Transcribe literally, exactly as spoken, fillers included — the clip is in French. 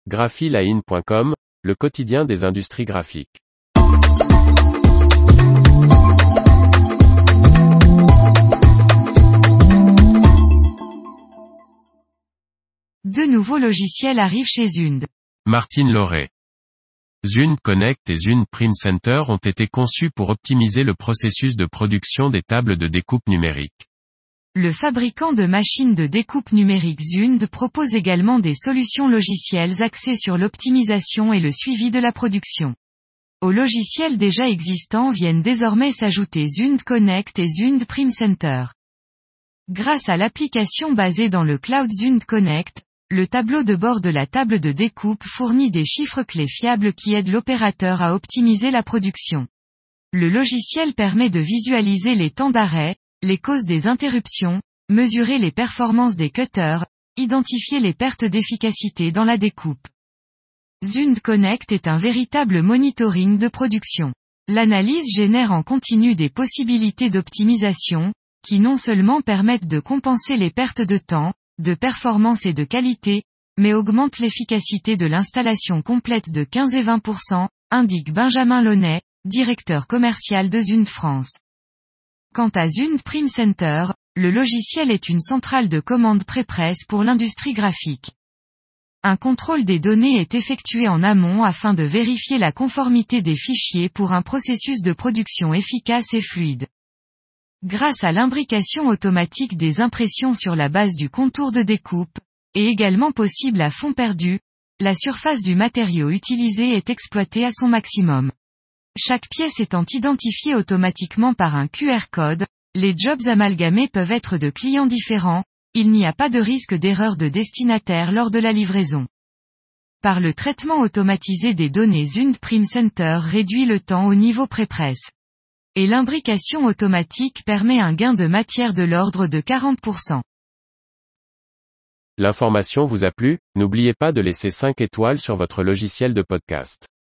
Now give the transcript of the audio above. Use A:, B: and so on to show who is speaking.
A: graphiline point com, le quotidien des industries graphiques.
B: Deux nouveaux logiciels arrivent chez Zund.
A: Martine Lauré. Zund Connect et Zund Prime Center ont été conçus pour optimiser le processus de production des tables de découpe numérique.
B: Le fabricant de machines de découpe numérique Zund propose également des solutions logicielles axées sur l'optimisation et le suivi de la production. Aux logiciels déjà existants viennent désormais s'ajouter Zund Connect et Zund Prime Center. Grâce à l'application basée dans le cloud Zund Connect, le tableau de bord de la table de découpe fournit des chiffres clés fiables qui aident l'opérateur à optimiser la production. Le logiciel permet de visualiser les temps d'arrêt, les causes des interruptions, mesurer les performances des cutters, identifier les pertes d'efficacité dans la découpe. Zund Connect est un véritable monitoring de production. L'analyse génère en continu des possibilités d'optimisation, qui non seulement permettent de compenser les pertes de temps, de performance et de qualité, mais augmentent l'efficacité de l'installation complète de quinze et vingt pour cent, indique Benjamin Launay, directeur commercial de Zund France. Quant à Zund Prime Center, le logiciel est une centrale de commande pré-presse pour l'industrie graphique. Un contrôle des données est effectué en amont afin de vérifier la conformité des fichiers pour un processus de production efficace et fluide. Grâce à l'imbrication automatique des impressions sur la base du contour de découpe, et également possible à fond perdu, la surface du matériau utilisé est exploitée à son maximum. Chaque pièce étant identifiée automatiquement par un Q R code, les jobs amalgamés peuvent être de clients différents, il n'y a pas de risque d'erreur de destinataire lors de la livraison. Par le traitement automatisé des données Zund Prime Center réduit le temps au niveau pré-presse. Et l'imbrication automatique permet un gain de matière de l'ordre de quarante pour cent.
A: L'information vous a plu? N'oubliez pas de laisser cinq étoiles sur votre logiciel de podcast.